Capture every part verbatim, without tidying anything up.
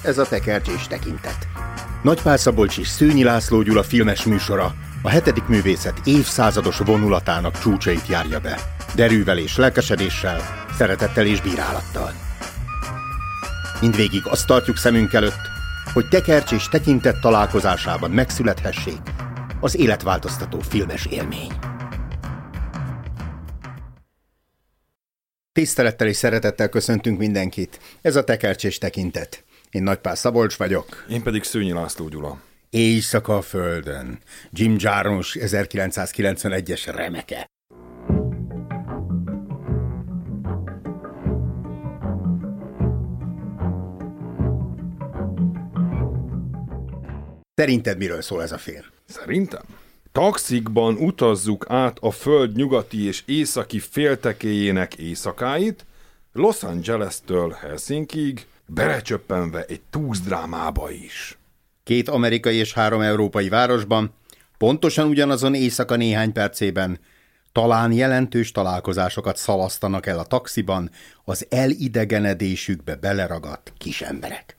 ez a Tekercs és Tekintet. Nagy Pál Szabolcs és Szőnyi László Gyula filmes műsora a hetedik művészet évszázados vonulatának csúcsait járja be. Derűvel és lelkesedéssel, szeretettel és bírálattal. Mindvégig azt tartjuk szemünk előtt, hogy Tekercs és Tekintet találkozásában megszülethessék az életváltoztató filmes élmény. Tisztelettel és szeretettel köszöntünk mindenkit. Ez a Tekercs és Tekintet. Én Nagy Pál Szabolcs vagyok. Én pedig Szőnyi László Gyula. Éjszaka a földön. Jim Jarmusch ezerkilencszázkilencvenegyes remeke. Szerinted miről szól ez a film? Szerintem? Taxikban utazzuk át a föld nyugati és északi féltekéjének éjszakáit, Los Angeles-től Helsinkiig, belecsöppenve egy túszdrámába is. Két amerikai és három európai városban, pontosan ugyanazon éjszaka néhány percében, talán jelentős találkozásokat szalasztanak el a taxiban az elidegenedésükbe beleragadt kisemberek.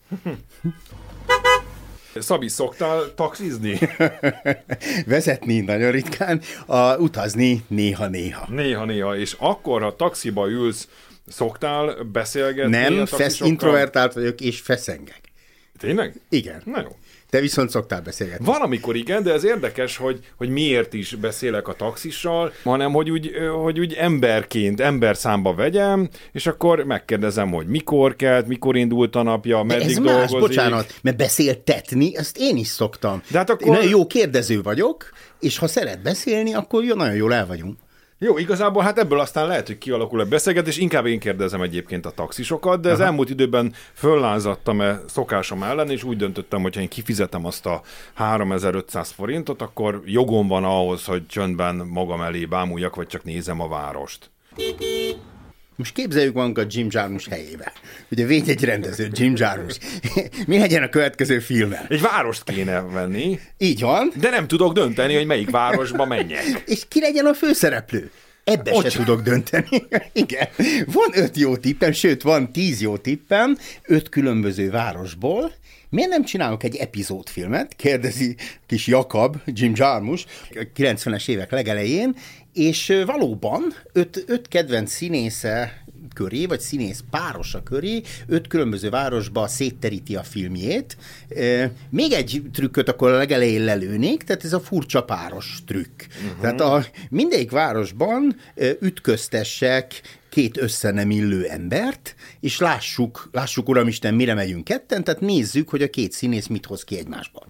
Szabi, szoktál taxizni? Vezetni nagyon ritkán, a, utazni néha-néha. Néha-néha, és akkor, ha taxiba ülsz, szoktál beszélgetni? Nem, fesz, introvertált vagyok, és feszengek. Tényleg? Igen. Na jó. Te viszont szoktál beszélgetni. Van, amikor igen, de ez érdekes, hogy, hogy miért is beszélek a taxissal, hanem hogy úgy, hogy úgy emberként, emberszámba vegyem, és akkor megkérdezem, hogy mikor kelt, mikor indult a napja, meddig ez dolgozik. Más, bocsánat, mert beszéltetni, ezt én is szoktam. De hát akkor... Én nagyon jó kérdező vagyok, és ha szeret beszélni, akkor jó, nagyon jól el vagyunk. Jó, igazából hát ebből aztán lehet, hogy kialakul a beszélgetés, inkább én kérdezem egyébként a taxisokat, de az Aha. elmúlt időben föllázadtam-e szokásom ellen, és úgy döntöttem, hogy ha én kifizetem azt a háromezer-ötszáz forintot, akkor jogom van ahhoz, hogy csöndben magam elé bámuljak, vagy csak nézem a várost. Most képzeljük magunkat Jim Jarmusch helyébe. Ugye védjegy rendező, Jim Jarmusch. Mi legyen a következő filmem? Egy várost kéne venni. Így van. De nem tudok dönteni, hogy melyik városba menjek. És ki legyen a főszereplő? Ebbe Ott se tudok dönteni. Igen. Van öt jó tippem, sőt, van tíz jó tippem, öt különböző városból. Miért nem csinálunk egy epizódfilmet? Kérdezi kis Jakab, Jim Jarmusch, kilencvenes évek legelején, és valóban öt, öt kedvenc színésze köré, vagy színész párosa köré, öt különböző városba szétteríti a filmjét. Még egy trükköt akkor a legelején lelőnék, tehát ez a furcsa páros trükk. Uh-huh. Tehát a mindegyik városban ütköztessek két össze nem illő embert, és lássuk, lássuk, Uramisten, mire megyünk ketten, tehát nézzük, hogy a két színész mit hoz ki egymásban.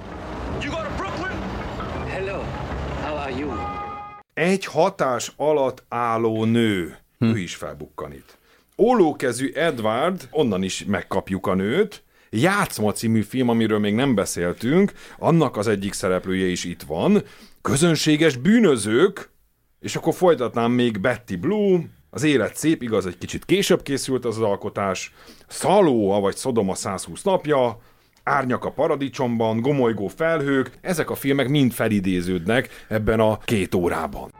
Hello, how are you? Egy hatás alatt álló nő. Hm. Ő is felbukkan itt. Ólókezű Edward, onnan is megkapjuk a nőt. Játszma című film, amiről még nem beszéltünk, annak az egyik szereplője is itt van. Közönséges bűnözők, és akkor folytatnám még Betty Blue, Az élet szép, igaz, egy kicsit később készült az, az alkotás, Szalóa vagy Szodoma százhúsz napja, Árnyak a paradicsomban, Gomolygó felhők, ezek a filmek mind felidéződnek ebben a két órában.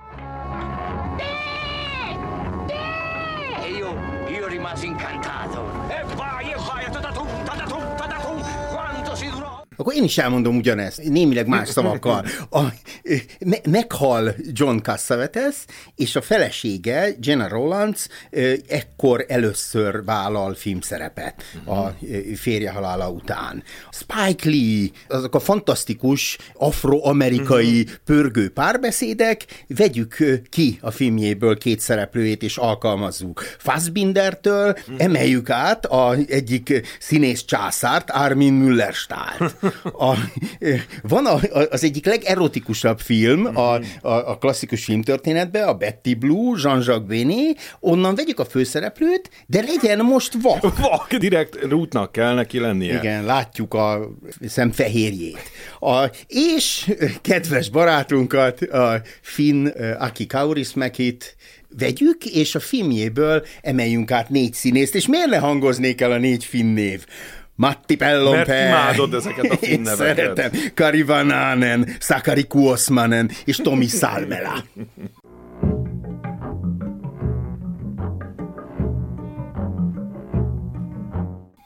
Akkor én is elmondom ugyanezt, némileg más szavakkal. A, me- meghal John Cassavetes, és a felesége, Gena Rowlands, ekkor először vállal filmszerepet a férje halála után. Spike Lee, azok a fantasztikus afroamerikai pörgő párbeszédek, vegyük ki a filmjéből két szereplőjét, és alkalmazzuk. Fassbindertől emeljük át a egyik színész császárt, Armin Müllerstahlt. A, van a, az egyik legerotikusabb film a, a, a klasszikus filmtörténetben, a Betty Blue, Jean-Jacques Vaughn, onnan vegyük a főszereplőt, de legyen most vak. Vak, direkt rútnak kell neki lennie. Igen, látjuk a szemfehérjét. A, és kedves barátunkat, a Finn Aki Kaurismäkit vegyük, és a filmjéből emeljünk át négy színészt, és miért ne hangoznék el a négy finn név? Matti Pellonpää. Mert imádod ezeket a finn neveket. Szeretem. Kari Vanhanen, Sakari Kuosmanen és Tomi Salmela.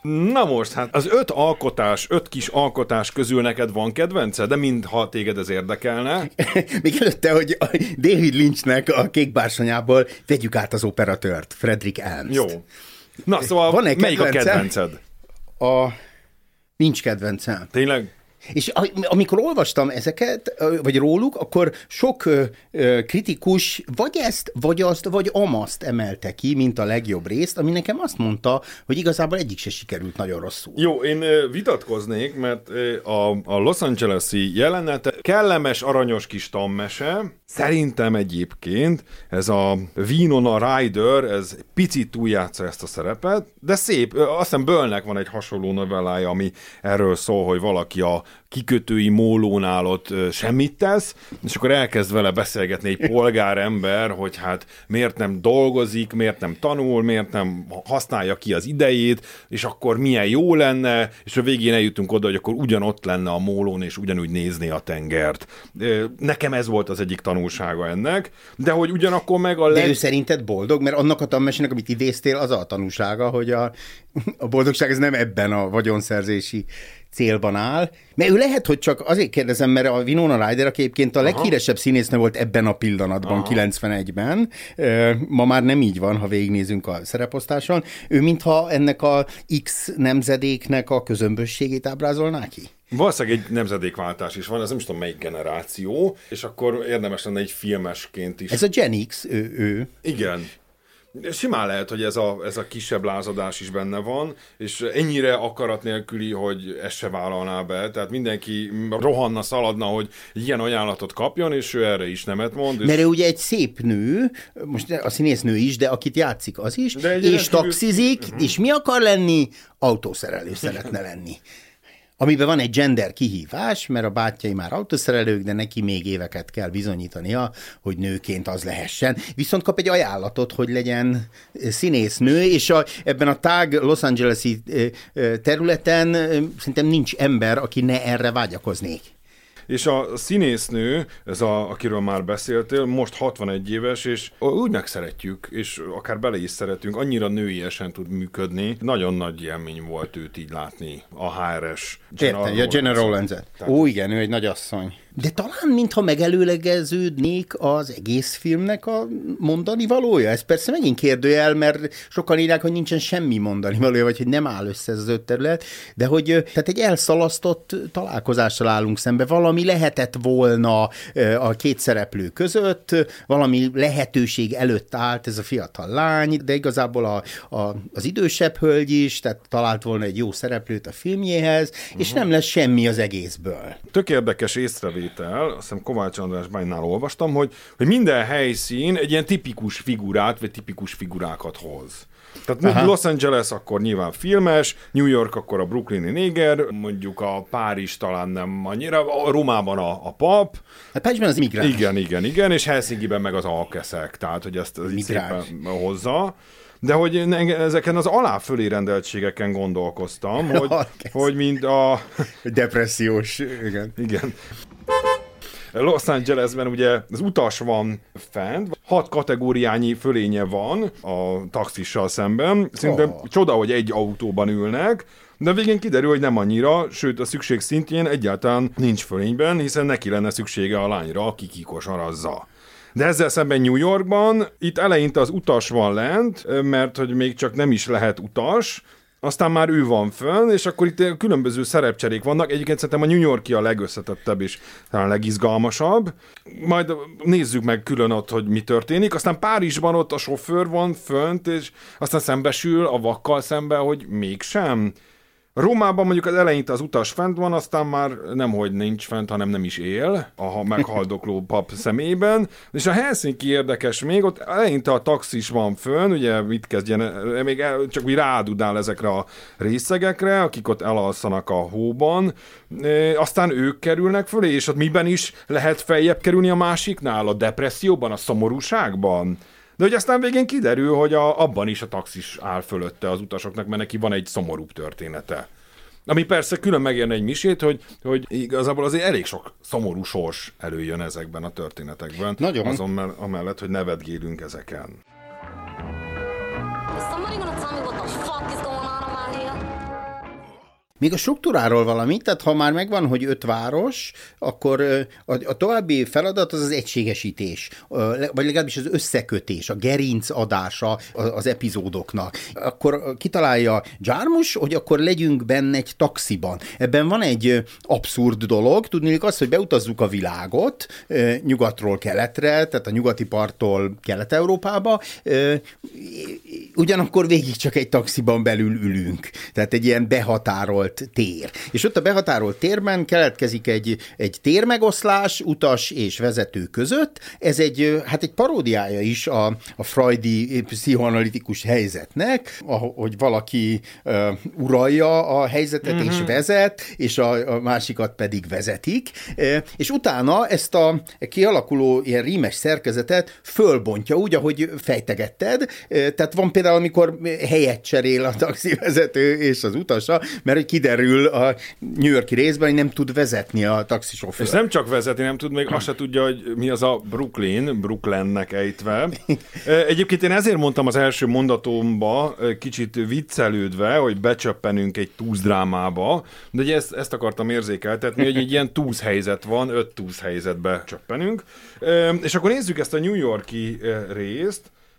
Na most, hát az öt alkotás, öt kis alkotás közül neked van kedvence, de mintha téged ez érdekelne. Még előtte, hogy David Lynchnek a Kék bársonyából vegyük át az operatőrt, Frederick Elms. Jó. Na, szóval van melyik a kedvenced? A... Nincs kedvencem. Tényleg? És amikor olvastam ezeket, vagy róluk, akkor sok kritikus vagy ezt, vagy azt, vagy amaszt emelte ki, mint a legjobb részt, ami nekem azt mondta, hogy igazából egyik se sikerült nagyon rosszul. Jó, én vitatkoznék, mert a, a Los Angeles-i jelenet kellemes, aranyos kis tanmese. Szerintem egyébként ez a Winona Ryder, ez picit túljátsza ezt a szerepet, de szép. Azt hiszem Böllnek van egy hasonló novellája, ami erről szól, hogy valaki a kikötői mólónál ott semmit tesz, és akkor elkezd vele beszélgetni egy polgárember, hogy hát miért nem dolgozik, miért nem tanul, miért nem használja ki az idejét, és akkor milyen jó lenne, és a végén eljutunk oda, hogy akkor ugyanott lenne a mólón, és ugyanúgy nézné a tengert. Nekem ez volt az egyik tanulsága ennek, de hogy ugyanakkor meg a leg... De ő szerinted boldog? Mert annak a tanmesének, amit idéztél, az a tanulsága, hogy a, a boldogság ez nem ebben a vagyonszerzési célban áll. Mert ő lehet, hogy csak azért kérdezem, mert a Winona Ryder, aki egyébként a Aha. leghíresebb színésznő volt ebben a pillanatban, Aha. kilencvenegyben. Ma már nem így van, ha végignézünk a szereposztáson. Ő mintha ennek a X nemzedéknek a közömbösségét ábrázolná ki? Valószínűleg egy nemzedékváltás is van, ez nem is tudom melyik generáció, és akkor érdemes lenne egy filmesként is. Ez a Gen X, ő. ő. Igen. Simán lehet, hogy ez a, ez a kisebb lázadás is benne van, és ennyire akarat nélküli, hogy ezt se vállalná be. Tehát mindenki rohanna, szaladna, hogy ilyen ajánlatot kapjon, és ő erre is nemet mond. És... Mert ő ugye egy szép nő, most a színésznő is, de akit játszik az is, és taxizik, kívül... és mi akar lenni? Autószerelő szeretne lenni. Amiben van egy gender kihívás, mert a bátyjai már autószerelők, de neki még éveket kell bizonyítania, hogy nőként az lehessen. Viszont kap egy ajánlatot, hogy legyen színésznő, és a, ebben a tág Los Angeles-i területen szerintem nincs ember, aki ne erre vágyakoznék. És a színésznő, ez a, akiről már beszéltél, most hatvanegy éves, és úgy megszeretjük, és akár bele is szeretünk, annyira nőiesen tud működni. Nagyon nagy élmény volt őt így látni, a há er es Értem, a General Lenzet. Ó, igen, ő egy nagy asszony. De talán mintha megelőlegeződnék az egész filmnek a mondani valója. Ez persze megint kérdőjel, mert sokan írják, hogy nincsen semmi mondani valója, vagy hogy nem áll össze ez az öt terület, de hogy tehát egy elszalasztott találkozással állunk szembe. Valami lehetett volna a két szereplő között, valami lehetőség előtt állt ez a fiatal lány, de igazából a, a, az idősebb hölgy is, tehát talált volna egy jó szereplőt a filmjéhez, uh-huh. és nem lesz semmi az egészből. Tök érdekes észrevétel. Azt hiszem Kovács András Bánynál olvastam, hogy, hogy minden helyszín egy ilyen tipikus figurát, vagy tipikus figurákat hoz. Tehát Aha. Los Angeles akkor nyilván filmes, New York akkor a brooklyni néger, mondjuk a Párizs talán nem annyira, a Rómában a, a pap. Hát Párizsban az migráns. Igen, igen, igen, és Helsinkiben meg az alkeszek, tehát hogy ezt szépen hozza. De hogy ezeken az alá-fölé rendeltségeken gondolkoztam, hogy, hogy mint a... Depressziós, igen. Igen. Los Angelesben ugye az utas van fent, hat kategóriányi fölénye van a taxissal szemben. Szerintem oh. csoda, hogy egy autóban ülnek, de végén kiderül, hogy nem annyira, sőt a szükség szintjén egyáltalán nincs fölényben, hiszen neki lenne szüksége a lányra, aki kikosarazza. De ezzel szemben New Yorkban, itt eleinte az utas van lent, mert hogy még csak nem is lehet utas, aztán már ő van fönn, és akkor itt különböző szerepcserék vannak. Egyébként szerintem a New York-i a legösszetettebb és talán legizgalmasabb. Majd nézzük meg külön ott, hogy mi történik. Aztán Párizsban ott a sofőr van fönt, és aztán szembesül a vakkal szemben, hogy mégsem. Rómában mondjuk az eleinte az utas fent van, aztán már nemhogy nincs fent, hanem nem is él a meghaldokló pap szemében. És a Helsinki érdekes még, ott eleinte a taxis van fönn, ugye mit kezdjen, még el, csak úgy rádudál ezekre a részegekre, akik ott elalszanak a hóban, e, aztán ők kerülnek fölé, és ott miben is lehet feljebb kerülni a másiknál? A depresszióban, a szomorúságban? De hogy aztán végén kiderül, hogy a, abban is a taxis áll fölötte az utasoknak, mert neki van egy szomorúbb története. Ami persze külön megérne egy misét, hogy, hogy igazából azért elég sok szomorú sors előjön ezekben a történetekben. Nagyon. Azon amellett, hogy nevetgélünk ezeken. Még a struktúráról valamit, tehát ha már megvan, hogy öt város, akkor a, a további feladat az az egységesítés, vagy legalábbis az összekötés, a gerinc adása az epizódoknak. Akkor kitalálja Jarmusch, hogy akkor legyünk benne egy taxiban. Ebben van egy abszurd dolog, tudnék azt, hogy beutazzuk a világot nyugatról keletre, tehát a nyugati parttól Kelet-Európába, ugyanakkor végig csak egy taxiban belül ülünk. Tehát egy ilyen behatárolt tér. És ott a behatárolt térben keletkezik egy, egy térmegoszlás utas és vezető között. Ez egy, hát egy paródiája is a, a freudi pszichoanalitikus helyzetnek, hogy valaki uh, uralja a helyzetet mm-hmm. és vezet, és a, a másikat pedig vezetik. Uh, és utána ezt a kialakuló ilyen rímes szerkezetet fölbontja úgy, ahogy fejtegetted. Uh, tehát van például, amikor helyet cserél a taxivezető és az utasa, mert hogy kiderül a New York-i részben, hogy nem tud vezetni a taxisofőr. És nem csak vezetni, nem tud, még azt se tudja, hogy mi az a Brooklyn, Brooklynnek ejtve. Egyébként én ezért mondtam az első mondatomba, kicsit viccelődve, hogy becsöppenünk egy túzdrámába, de ugye ezt, ezt akartam érzékeltetni, hogy egy ilyen túzhelyzet van, öt túzhelyzetbe csöppenünk. És akkor nézzük ezt a New York-i részt,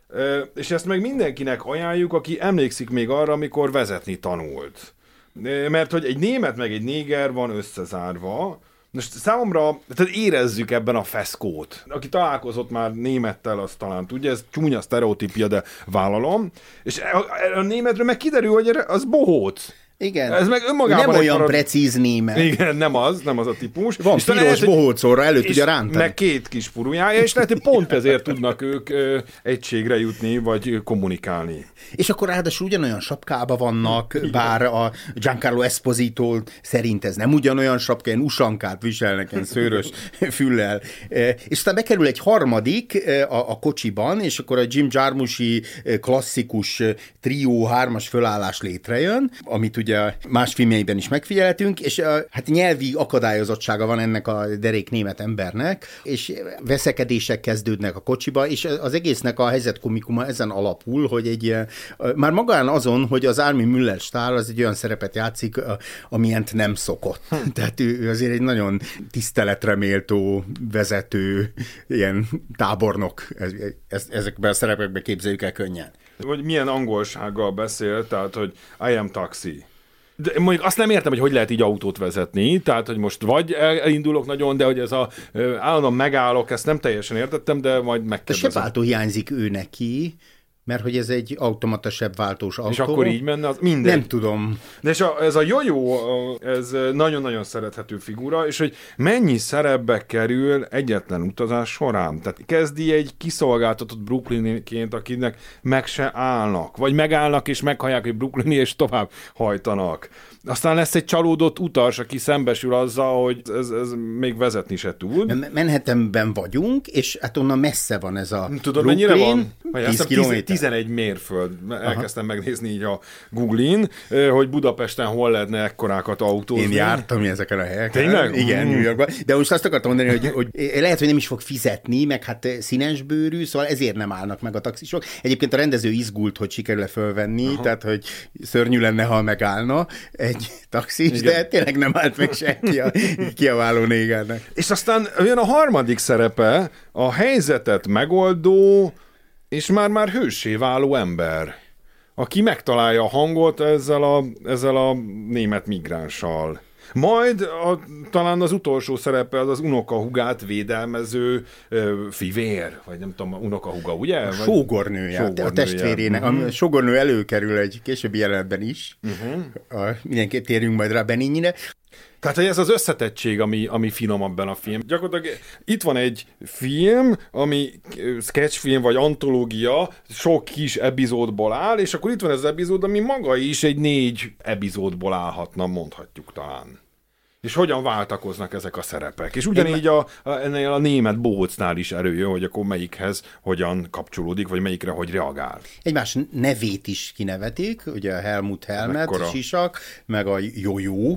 és ezt meg mindenkinek ajánljuk, aki emlékszik még arra, amikor vezetni tanult. Mert hogy egy német meg egy néger van összezárva, most számomra, tehát érezzük ebben a feszkót. Aki találkozott már némettel, az talán tudja, ez csúnya sztereotípia, de vállalom. És a, a németről meg kiderül, hogy az bohóc. Igen. Ez meg önmagában nem olyan parad... precíz német. Igen, nem az, nem az a típus. Van és piros lehet, bohócorra, elő tudja rántani. Meg két kis purujája, és lehet, hogy pont ezért tudnak ők ö, egységre jutni, vagy kommunikálni. És akkor ráadásul ugyanolyan sapkába vannak, igen. Bár a Giancarlo Esposito szerint ez nem ugyanolyan sapka, ilyen usankát viselnek, ilyen szőrös füllel. És aztán bekerül egy harmadik a, a kocsiban, és akkor a Jim Jarmusch-i klasszikus trió hármas fölállás létrejön, amit ugye más filmjeiben is megfigyelhetünk, és hát nyelvi akadályozottsága van ennek a derék német embernek, és veszekedések kezdődnek a kocsiba, és az egésznek a helyzetkomikuma ezen alapul, hogy egy ilyen, már magán azon, hogy az Armin Müller-Stahl az egy olyan szerepet játszik, amilyent nem szokott. Hm. Tehát ő azért egy nagyon tiszteletre méltó vezető, ilyen tábornok. Ez, ezekben a szerepekben képzeljük el könnyen. Vagy milyen angolsággal beszél, tehát, hogy I am taxi. De mondjuk azt nem értem, hogy hogy lehet így autót vezetni, tehát, hogy most vagy elindulok nagyon, de hogy ez a állandóan megállok, ezt nem teljesen értettem, de majd megkérdezem. De sebváltó hiányzik ő neki, mert hogy ez egy automata sebváltós autó. És akkor így menne, az mindegy. Nem tudom. De és a, ez a jó-jó, ez nagyon-nagyon szerethető figura, és hogy mennyi szerepbe kerül egyetlen utazás során. Tehát kezdi egy kiszolgáltatott Brooklynként, akinek meg se állnak. Vagy megállnak, és meghallják, hogy Brooklyni, és tovább hajtanak. Aztán lesz egy csalódott utas, aki szembesül azzal, hogy ez, ez még vezetni se tud. Manhattanben vagyunk, és hát onnan messze van ez a Tudod, Brooklyn, mennyire van? tíz kilométer. tizenegy mérföld. Elkezdtem Aha. megnézni így a Google-in, hogy Budapesten hol lehetne ekkorákat autózni. Én jártam ezeken a helyeken. Tényleg? Igen, New Yorkban. De most azt akartam mondani, hogy, hogy lehet, hogy nem is fog fizetni, meg hát színesbőrű, szóval ezért nem állnak meg a taxisok. Egyébként a rendező izgult, hogy sikerül-e fölvenni, Aha. tehát hogy szörnyű lenne, ha megállna egy taxis, igen. De tényleg nem állt meg senki a kiaváló négernek. És aztán jön a harmadik szerepe, a helyzetet megoldó és már-már hőssé váló ember, aki megtalálja a hangot ezzel a, ezzel a német migránssal. Majd a, talán az utolsó szerepe az az unokahugát védelmező ö, fivér, vagy nem tudom, unokahuga, ugye? A sógornője, a testvérének. Uh-huh. A sógornő előkerül egy későbbi jelenetben is. Uh-huh. A, mindenképp térjünk majd rá Benignire. Tehát, hogy ez az összetettség, ami, ami finom abban a film. Gyakorlatilag itt van egy film, ami sketchfilm vagy antológia, sok kis epizódból áll, és akkor itt van ez az epizód, ami maga is egy négy epizódból állhatna, mondhatjuk talán. És hogyan váltakoznak ezek a szerepek. És ugyanígy a, a, ennél a német bohócnál is erőjön, hogy akkor melyikhez hogyan kapcsolódik, vagy melyikre hogy reagál. Egymás nevét is kinevetik, ugye a Helmut Helmet, a Sisak, meg a Jó-Jó,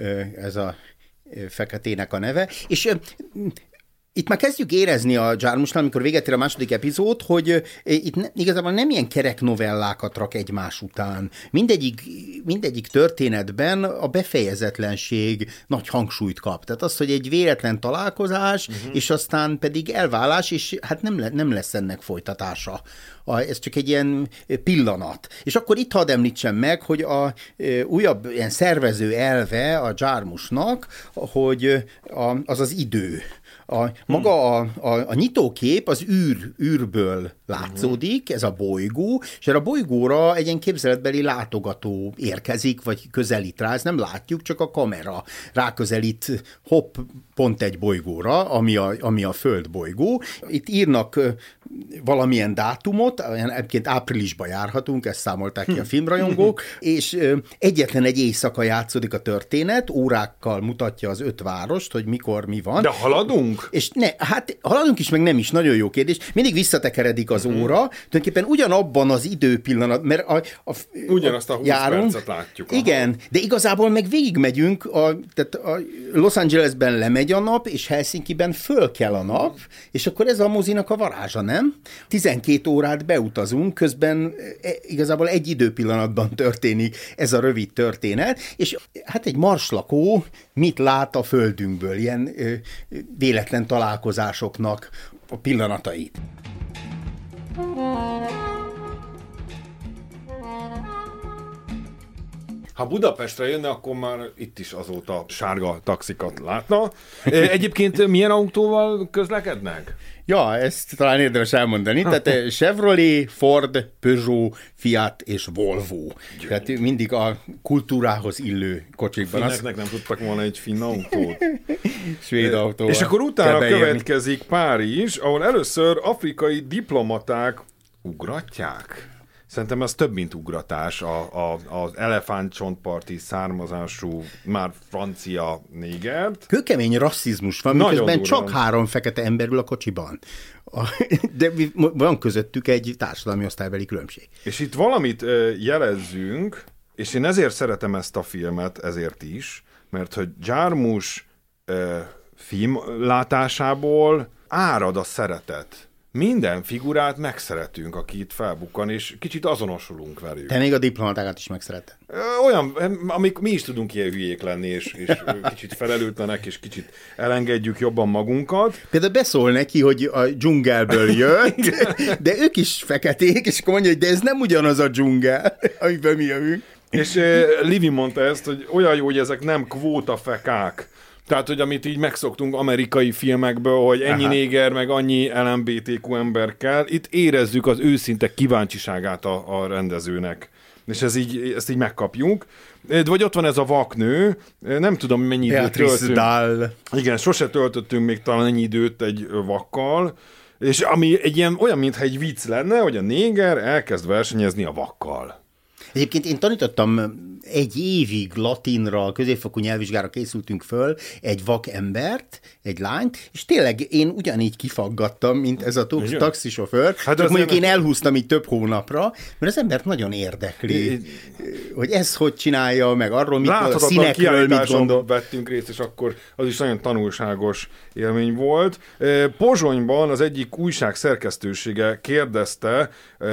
ez a feketének a neve. És itt már kezdjük érezni a Jarmuschnál, amikor véget ér a második epizód, hogy itt ne, igazából nem ilyen kerek novellákat rak egymás után. Mindegyik mindegyik történetben a befejezetlenség nagy hangsúlyt kap. Tehát az, hogy egy véletlen találkozás, uh-huh. és aztán pedig elválás, és hát nem, le, nem lesz ennek folytatása. A, ez csak egy ilyen pillanat. És akkor itt hadd említsem meg, hogy a e, újabb ilyen szervező elve a Jarmusnak, hogy a, az az idő. A, maga a, a, a nyitókép az űr, űrből látszódik, ez a bolygó, és erre a bolygóra egy ilyen képzeletbeli látogató érkezik, vagy közelít rá, ezt nem látjuk, csak a kamera ráközelít hopp, pont egy bolygóra, ami a, ami a Föld bolygó. Itt írnak valamilyen dátumot, egyébként áprilisban járhatunk, ezt számolták ki a filmrajongók, és egyetlen egy éjszaka játszódik a történet, órákkal mutatja az öt várost, hogy mikor mi van. De haladunk? És ne, hát haladunk is, meg nem is, nagyon jó kérdés. Mindig visszatekeredik az óra, tulajdonképpen ugyanabban az időpillanat, mert a, a, ugyanazt a húsz járunk, percet látjuk. Igen, aha. De igazából meg végigmegyünk, a, tehát a Los Angelesben lemegy a nap, és Helsinkiben föl kell a nap, és akkor ez a mozinak a varázsa, nem? tizenkét órát beutazunk, közben igazából egy időpillanatban történik ez a rövid történet, és hát egy marslakó mit lát a földünkből, ilyen ö, véletlen találkozásoknak a pillanatait. Ha Budapestre jönne, akkor már itt is azóta sárga taxikat látna. Egyébként milyen autóval közlekednek? Ja, ezt talán érdemes elmondani. Tehát Chevrolet, Ford, Peugeot, Fiat és Volvo. Tehát mindig a kultúrához illő kocsikban. Finneknek nem tudtak volna egy finn autót. Svéd autó. És akkor utána következik Párizs, ahol először afrikai diplomaták ugratják. Szerintem ez több, mint ugratás, a, a, az elefántcsontparti származású, már francia négert. Kőkemény rasszizmus van, miközben csak három fekete ember ül a kocsiban. A, de van közöttük egy társadalmi osztálybeli különbség. És itt valamit jelezzünk, és én ezért szeretem ezt a filmet, ezért is, mert hogy Jarmusch film látásából árad a szeretet. Minden figurát megszeretünk, aki itt felbukkan, és kicsit azonosulunk velük. Te még a diplomatákat is megszeretted. Olyan, amik mi is tudunk ilyen hülyék lenni, és, és kicsit felelőtlenek, és kicsit elengedjük jobban magunkat. Például beszól neki, hogy a dzsungelből jött, de ők is feketék, és akkor mondja, hogy de ez nem ugyanaz a dzsungel, amiben mi jövünk. És uh, Livi mondta ezt, hogy olyan jó, hogy ezek nem kvótafekák. Tehát, hogy amit így megszoktunk amerikai filmekből, hogy ennyi Aha. néger, meg annyi el em bé té kú ember kell, itt érezzük az őszinte kíváncsiságát a, a rendezőnek. És ez így, ezt így megkapjuk. Vagy ott van ez a vaknő, nem tudom, mennyi időt töltünk. Dahl. Igen, sose töltöttünk még talán ennyi időt egy vakkal, és ami egy ilyen, olyan, mintha egy vicc lenne, hogy a néger elkezd versenyezni a vakkal. Egyébként én tanítottam egy évig latinra, középfokú nyelvvizsgára készültünk föl egy vak embert, egy lányt, és tényleg én ugyanígy kifaggattam, mint ez a taxisofőr, hát csak mondjuk én elhúztam így több hónapra, mert az embert nagyon érdekli, é, hogy ez hogy csinálja, meg arról, mit a színekről mit gondol. Vettünk részt, és akkor az is nagyon tanulságos élmény volt. Pozsonyban az egyik újság szerkesztősége kérdezte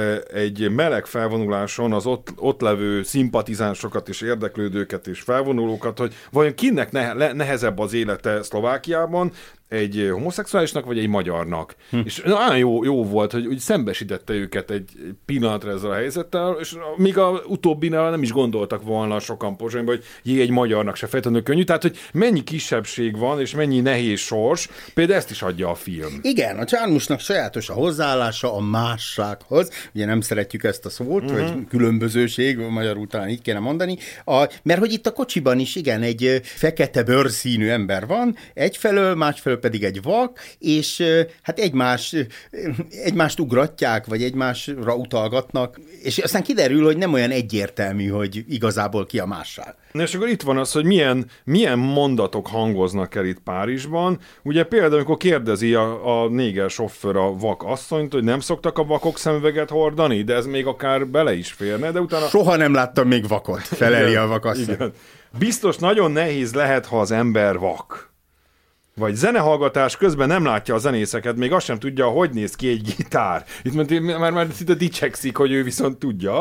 egy meleg felvonuláson az ott, ott levő szimpatizánsokat és érdeklődőket és felvonulókat, hogy vajon kinek ne- nehezebb az élete Szlovákiában, egy homoszexuálisnak, vagy egy magyarnak. Hm. És nagyon jó, jó volt, hogy, hogy szembesítette őket egy pillanatra ezzel a helyzettel, és míg a utóbbinál nem is gondoltak volna sokan Pozsonyban, hogy jé, egy magyarnak se feltétlenül könnyű. Tehát, hogy mennyi kisebbség van, és mennyi nehéz sors, például ezt is adja a film. Igen, a Jarmuschnak sajátos a hozzáállása a mássághoz. Ugye nem szeretjük ezt a szót, uh-huh. hogy különbözőség, magyarul talán így kéne mondani, a, mert hogy itt a kocsiban is igen, egy fekete bőrszínű ember van, egyfelől, másfelől pedig egy vak, és hát egymás, egymást ugratják, vagy egymásra utalgatnak, és aztán kiderül, hogy nem olyan egyértelmű, hogy igazából ki a másság. Na és akkor itt van az, hogy milyen, milyen mondatok hangoznak el itt Párizsban. Ugye például, amikor kérdezi a, a néger sofőr a vak asszonyt, hogy nem szoktak a vakok szemüveget hordani, de ez még akár bele is férne, de utána... Soha nem láttam még vakot, feleli a vakasszony. Igen. Biztos nagyon nehéz lehet, ha az ember vak. Vagy zenehallgatás közben nem látja a zenészeket, még azt sem tudja, hogy néz ki egy gitár. Itt már már szinte dicsekszik, hogy ő viszont tudja.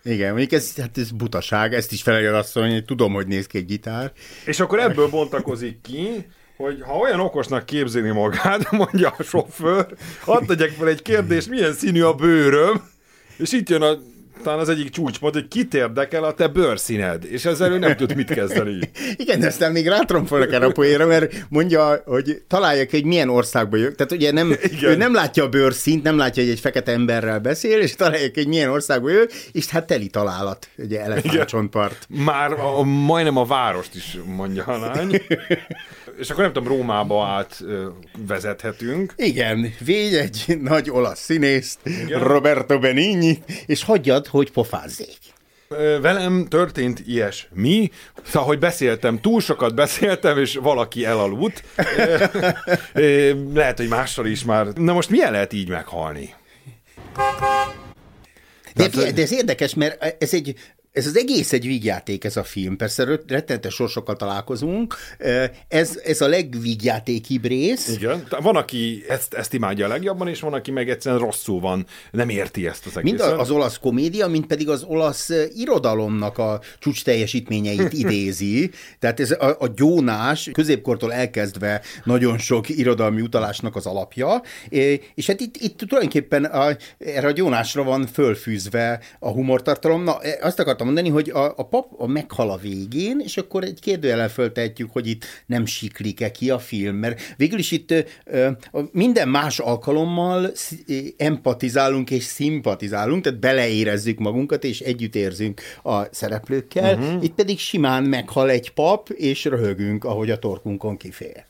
Igen, mondjuk ez, hát ez butaság, ezt is felejted azt mondani, hogy tudom, hogy néz ki egy gitár. És akkor ebből bontakozik ki, hogy ha olyan okosnak képzeli magát, mondja a sofőr, hadd tegyek fel egy kérdést, milyen színű a bőröm, és itt jön a talán az egyik csúcspont, hogy kit érdekel a te bőrszíned, és ezzel ő nem tud mit kezdeni. Igen, de aztán még rátromfolnak erre a poénra, mert mondja, hogy találják, hogy milyen országba jön. Tehát ugye nem, ő nem látja a bőrszínt, nem látja, hogy egy fekete emberrel beszél, és találják, hogy milyen országba jön, és hát teli találat, ugye elefántcsontpart. Már a, majdnem a várost is mondja a lány. És akkor nem tudom, Rómába át vezethetünk. Igen, végy egy nagy olasz színészt, igen. Roberto Benigni, és hagyjad, hogy pofázzék. Velem történt ilyesmi, szóval, hogy beszéltem, túl sokat beszéltem, és valaki elaludt. Lehet, hogy mással is már. Na most milyen lehet így meghalni? De, de ez érdekes, mert ez egy Ez az egész egy vígjáték, ez a film. Persze rettenetes sorsokkal találkozunk. Ez, ez a legvígjátékibb rész. Igen. Van, aki ezt, ezt imádja a legjobban, és van, aki meg egyszerűen rosszul van, nem érti ezt az egészet. Mind az olasz komédia, mint pedig az olasz irodalomnak a csúcs teljesítményeit idézi. Tehát ez a, a gyónás középkortól elkezdve nagyon sok irodalmi utalásnak az alapja, és hát itt, itt tulajdonképpen a, erre a gyónásra van fölfűzve a humortartalom. Na, azt akartam mondani, hogy a, a pap a meghal a végén, és akkor egy kérdőjellel föltehetjük, hogy itt nem siklik-e ki a film, mert végül is itt ö, minden más alkalommal empatizálunk és szimpatizálunk, tehát beleérezzük magunkat, és együtt érzünk a szereplőkkel, uh-huh. Itt pedig simán meghal egy pap, és röhögünk, ahogy a torkunkon kifér.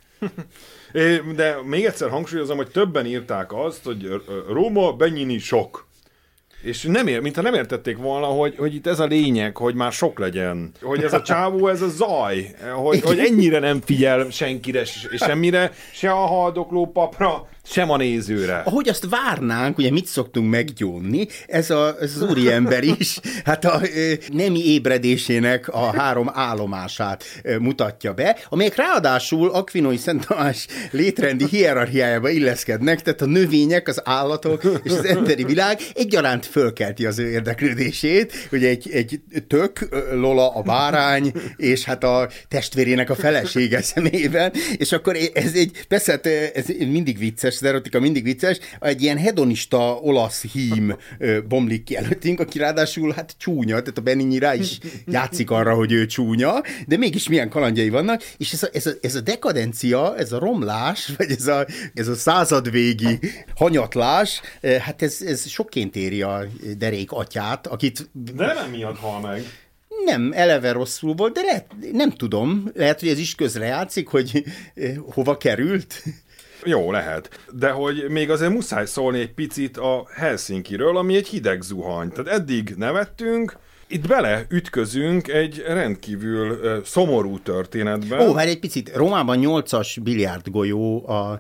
De még egyszer hangsúlyozom, hogy többen írták azt, hogy Róma, Benigni sok. És nem ér, mintha nem értették volna, hogy, hogy itt ez a lényeg, hogy már sok legyen. Hogy ez a csávó, ez a zaj. Hogy, hogy ennyire nem figyel senkire, és semmire, se a haldokló papra, sem a nézőre. Ahogy azt várnánk, ugye mit szoktunk meggyónni, ez, a, ez az úriember is, hát a e, nemi ébredésének a három állomását e, mutatja be, amelyek ráadásul Aquinói Szent Tamás létrendi hierarchiájába illeszkednek, tehát a növények, az állatok és az emberi világ egyaránt fölkelti az ő érdeklődését, ugye egy, egy tök, Lola a bárány, és hát a testvérének a felesége szemében, és akkor ez egy, persze ez mindig vicces, az erotika mindig vicces, egy ilyen hedonista olasz hím bomlik ki előttünk, aki ráadásul hát csúnya, tehát a Benigni rá is játszik arra, hogy ő csúnya, de mégis milyen kalandjai vannak, és ez a, ez a, ez a dekadencia, ez a romlás, vagy ez a, ez a századvégi hanyatlás, hát ez, ez sokként éri a derék atyát, akit... De nem miatt hal meg. Nem, eleve rosszul volt, de lehet, nem tudom, lehet, hogy ez is közrejátszik, hogy hova került. Jó, lehet. De hogy még azért muszáj szólni egy picit a Helsinkiről, ami egy hideg zuhany. Tehát eddig nevettünk, itt bele ütközünk egy rendkívül uh, szomorú történetben. Ó, hát egy picit. Rómában nyolcas biliárdgolyó a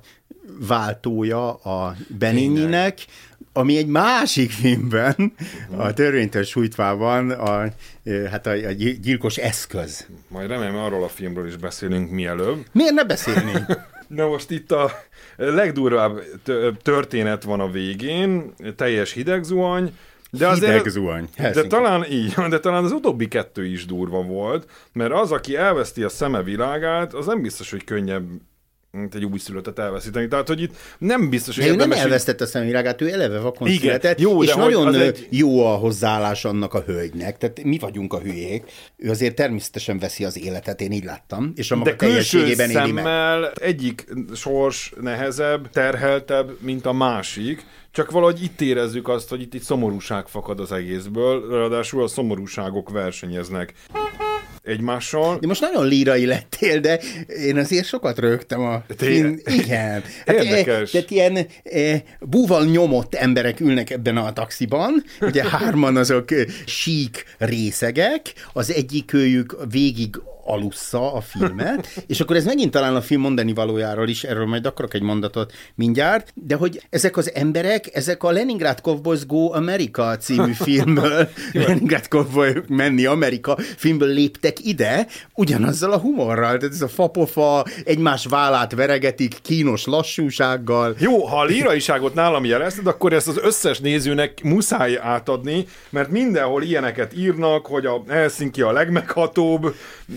váltója a Benigninek, ami egy másik filmben, uh-huh. a Törvénytől sújtvában a, hát a, a gyilkos eszköz. Majd remélem arról a filmről is beszélünk mielőbb. Miért ne beszélnénk? Na most itt a legdurvább történet van a végén, teljes hidegzuhany, de azért, zuhany. De talán így, de talán az utóbbi kettő is durva volt, mert az, aki elveszti a szeme világát, az nem biztos, hogy könnyebb mint egy újszülöttet elveszíteni. Tehát, hogy itt nem biztos, hogy... De ő nem elvesztette a szemvilágát, ő eleve vakon igen, született, jó, és nagyon egy... jó a hozzáállás annak a hölgynek. Tehát mi vagyunk a hülyék. Ő azért természetesen veszi az életet, én így láttam, és a maga teljességében éli meg. Szemmel egyik sors nehezebb, terheltebb, mint a másik, csak valahogy itt érezzük azt, hogy itt egy szomorúság fakad az egészből, ráadásul a szomorúságok versenyeznek egymással. De most nagyon lírai lettél, de én azért sokat rögtem a film. Igen. Hát, érdekes. Tehát ilyen e, búval nyomott emberek ülnek ebben a taxiban, ugye hárman azok sík részegek, az egyik őjük végig alussza a filmet, és akkor ez megint talán a film mondani valójáról is, erről majd akarok egy mondatot mindjárt, de hogy ezek az emberek, ezek a Leningrad Cowboys Go America című filmből, Leningrad Cowboy menni Amerika filmből léptek ide, ugyanazzal a humorral, tehát ez a fapofa, egymás vállát veregetik kínos lassúsággal. Jó, ha a líraiságot nálam jelezted, akkor ezt az összes nézőnek muszáj átadni, mert mindenhol ilyeneket írnak, hogy a Helsinki a legmeghatóbb,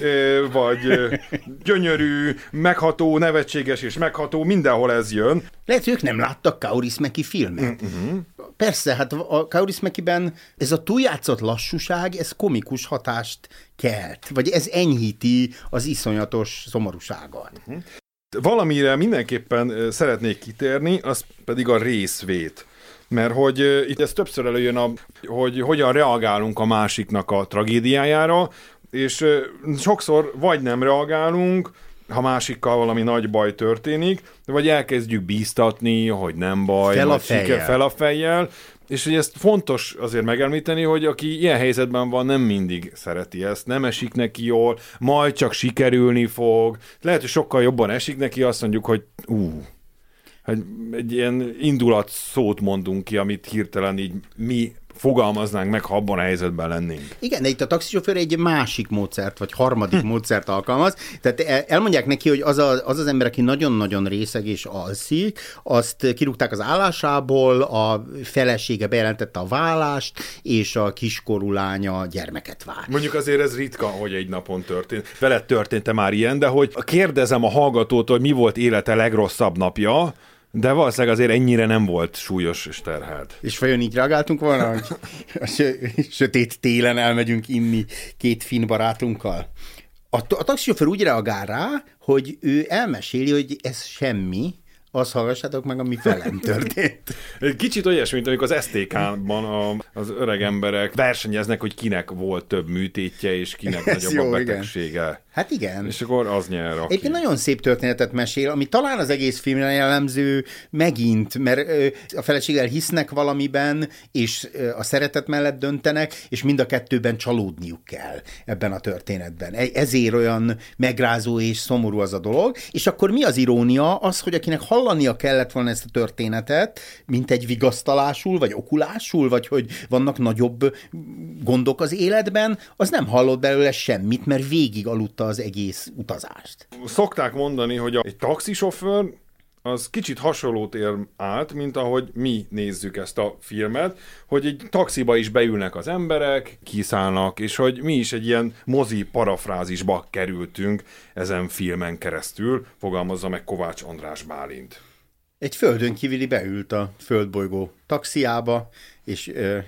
vagy gyönyörű, megható, nevetséges és megható, mindenhol ez jön. Lehet, hogy ők nem láttak Kaurismäki filmet. Uh-huh. Persze, hát a Kaurismäkiben ez a túljátszott lassúság, ez komikus hatást kelt, vagy ez enyhíti az iszonyatos szomorúságot. Uh-huh. Valamire mindenképpen szeretnék kitérni, az pedig a részvét. Mert hogy itt ez többször előjön, a, hogy hogyan reagálunk a másiknak a tragédiájára, és sokszor vagy nem reagálunk, ha másikkal valami nagy baj történik, vagy elkezdjük bíztatni, hogy nem baj, fel a fejjel. fel a fejjel, és hogy ezt fontos azért megemlíteni, hogy aki ilyen helyzetben van, nem mindig szereti ezt, nem esik neki jól, majd csak sikerülni fog, lehet, hogy sokkal jobban esik neki, azt mondjuk, hogy ú, hogy egy ilyen indulat szót mondunk ki, amit hirtelen így mi fogalmaznánk meg, ha abban a helyzetben lennénk. Igen, de itt a taxisofőr egy másik módszert, vagy harmadik módszert alkalmaz. Tehát elmondják neki, hogy az, a, az az ember, aki nagyon-nagyon részeg és alszik, azt kirúgták az állásából, a felesége bejelentette a vállást, és a kiskorú lánya gyermeket vár. Mondjuk azért ez ritka, hogy egy napon történt. Veled történt-e már ilyen, de hogy kérdezem a hallgatótól, hogy mi volt élete legrosszabb napja, de valószínűleg azért ennyire nem volt súlyos és terhelt. És vajon így reagáltunk volna, hogy a sötét télen elmegyünk inni két finn barátunkkal? A, a taxisofőr úgy reagál rá, hogy ő elmeséli, hogy ez semmi, azt hallgassátok meg, ami velem történt. Kicsit olyasmi, mint amikor az es té ká-ban a, az öreg emberek versenyeznek, hogy kinek volt több műtétje, és kinek ez nagyobb jó, a betegsége. Igen. Hát igen. És akkor az nyer, aki... Egyébként nagyon szép történetet mesél, ami talán az egész filmre jellemző megint, mert a feleséggel hisznek valamiben, és a szeretet mellett döntenek, és mind a kettőben csalódniuk kell ebben a történetben. Ezért olyan megrázó és szomorú az a dolog, és akkor mi az irónia? Az, hogy akinek hallania kellett volna ezt a történetet, mint egy vigasztalásul, vagy okulásul, vagy hogy vannak nagyobb gondok az életben, az nem hallott belőle semmit, mert végig aludta az egész utazást. Szokták mondani, hogy egy taxisofőr az kicsit hasonlót ér át, mint ahogy mi nézzük ezt a filmet, hogy egy taxiba is beülnek az emberek, kiszállnak, és hogy mi is egy ilyen mozi parafrázisba kerültünk ezen filmen keresztül, fogalmazza meg Kovács András Bálint. Egy földön kívüli beült a földbolygó taxiába, és ö,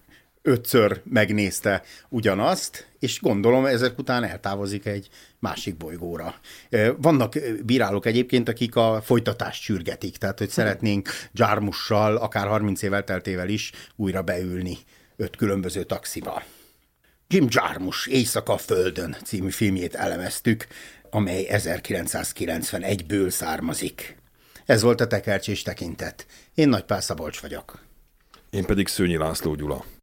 ötször megnézte ugyanazt, és gondolom ezek után eltávozik egy másik bolygóra. Vannak bírálók egyébként, akik a folytatást sürgetik, tehát hogy szeretnénk Jarmussal, akár harminc év elteltével is újra beülni öt különböző taxiba. Jim Jarmusch Éjszaka a Földön című filmjét elemeztük, amely ezerkilencszázkilencvenegyből származik. Ez volt a Tekercsés tekintet. Én Nagypál Szabolcs vagyok. Én pedig Szőnyi László Gyula.